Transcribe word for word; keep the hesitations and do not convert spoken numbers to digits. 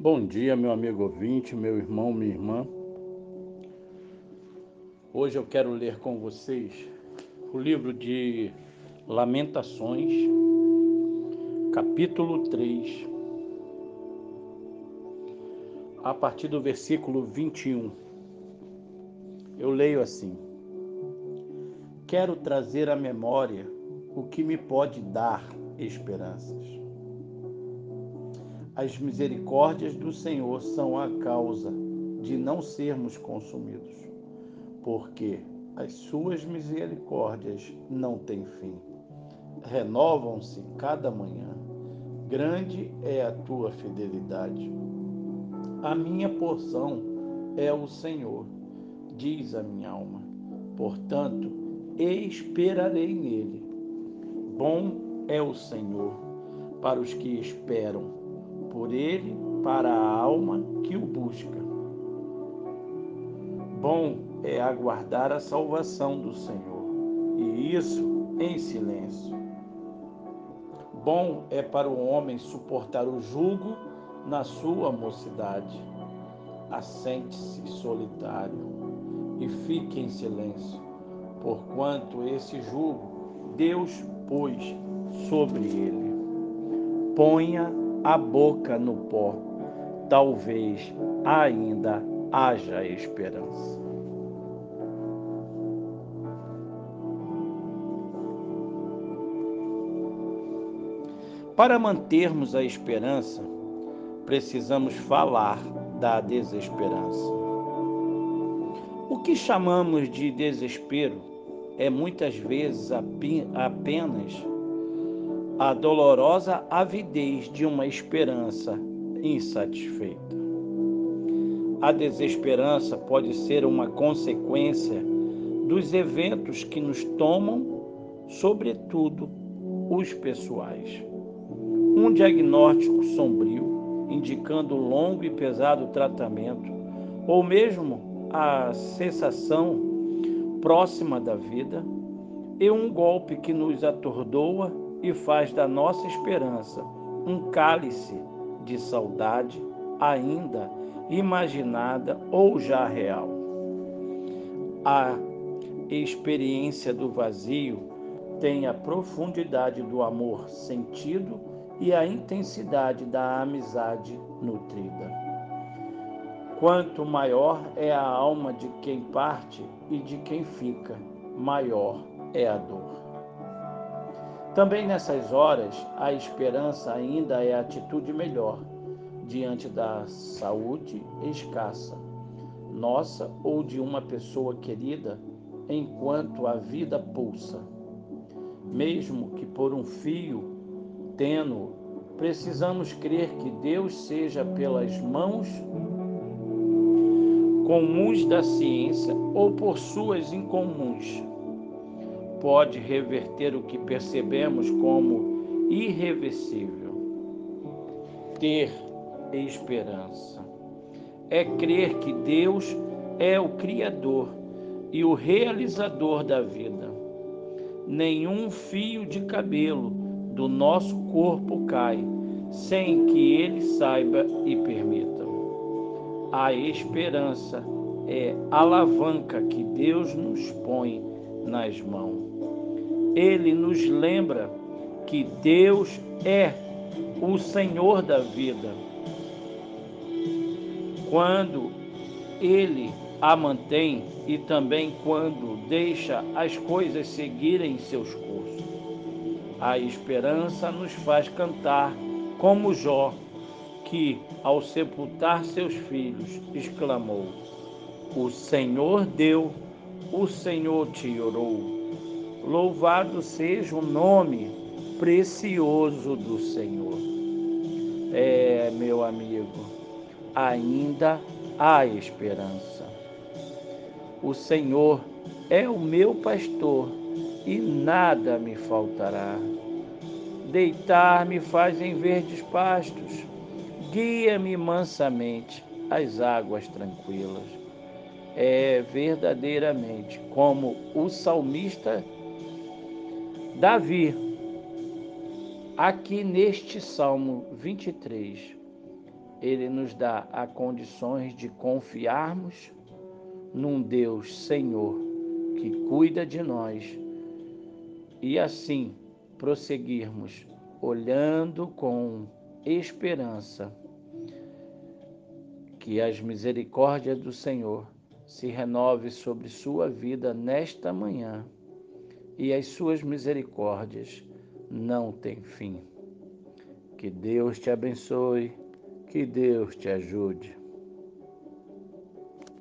Bom dia, meu amigo ouvinte, meu irmão, minha irmã. Hoje eu quero ler com vocês o livro de Lamentações, capítulo três, a partir do versículo vinte e um. Eu leio assim: Quero trazer à memória o que me pode dar esperanças. As misericórdias do Senhor são a causa de não sermos consumidos, porque as suas misericórdias não têm fim. Renovam-se cada manhã. Grande é a tua fidelidade. A minha porção é o Senhor, diz a minha alma. Portanto, esperarei nele. Bom é o Senhor para os que esperam por ele, para a alma que o busca. Bom é aguardar a salvação do Senhor, e isso em silêncio. Bom é para o homem suportar o jugo na sua mocidade. Assente-se solitário e fique em silêncio, porquanto esse jugo Deus pôs sobre ele. Ponha a boca no pó, talvez ainda haja esperança. Para mantermos a esperança, precisamos falar da desesperança. O que chamamos de desespero é muitas vezes apenas a dolorosa avidez de uma esperança insatisfeita. A desesperança pode ser uma consequência dos eventos que nos tomam, sobretudo os pessoais. Um diagnóstico sombrio, indicando longo e pesado tratamento, ou mesmo a cessação próxima da vida, e um golpe que nos atordoa e faz da nossa esperança um cálice de saudade ainda imaginada ou já real. A experiência do vazio tem a profundidade do amor sentido e a intensidade da amizade nutrida. Quanto maior é a alma de quem parte e de quem fica, maior é a dor. Também nessas horas, a esperança ainda é a atitude melhor diante da saúde escassa, nossa ou de uma pessoa querida, enquanto a vida pulsa. Mesmo que por um fio tênue, precisamos crer que Deus, seja pelas mãos comuns da ciência ou por suas incomuns, pode reverter o que percebemos como irreversível. Ter esperança é crer que Deus é o Criador e o realizador da vida. Nenhum fio de cabelo do nosso corpo cai sem que Ele saiba e permita. A esperança é a alavanca que Deus nos põe nas mãos. Ele nos lembra que Deus é o Senhor da vida. Quando Ele a mantém e também quando deixa as coisas seguirem seus cursos. A esperança nos faz cantar como Jó, que, ao sepultar seus filhos, exclamou: O Senhor deu, o Senhor tirou. Louvado seja o nome precioso do Senhor. É, meu amigo, ainda há esperança. O Senhor é o meu pastor e nada me faltará. Deitar-me faz em verdes pastos, guia-me mansamente às águas tranquilas. É verdadeiramente como o salmista Davi, aqui neste Salmo vinte e três, Ele nos dá as condições de confiarmos num Deus Senhor que cuida de nós e assim prosseguirmos olhando com esperança que as misericórdias do Senhor se renove sobre sua vida nesta manhã e as suas misericórdias não têm fim. Que Deus te abençoe, que Deus te ajude.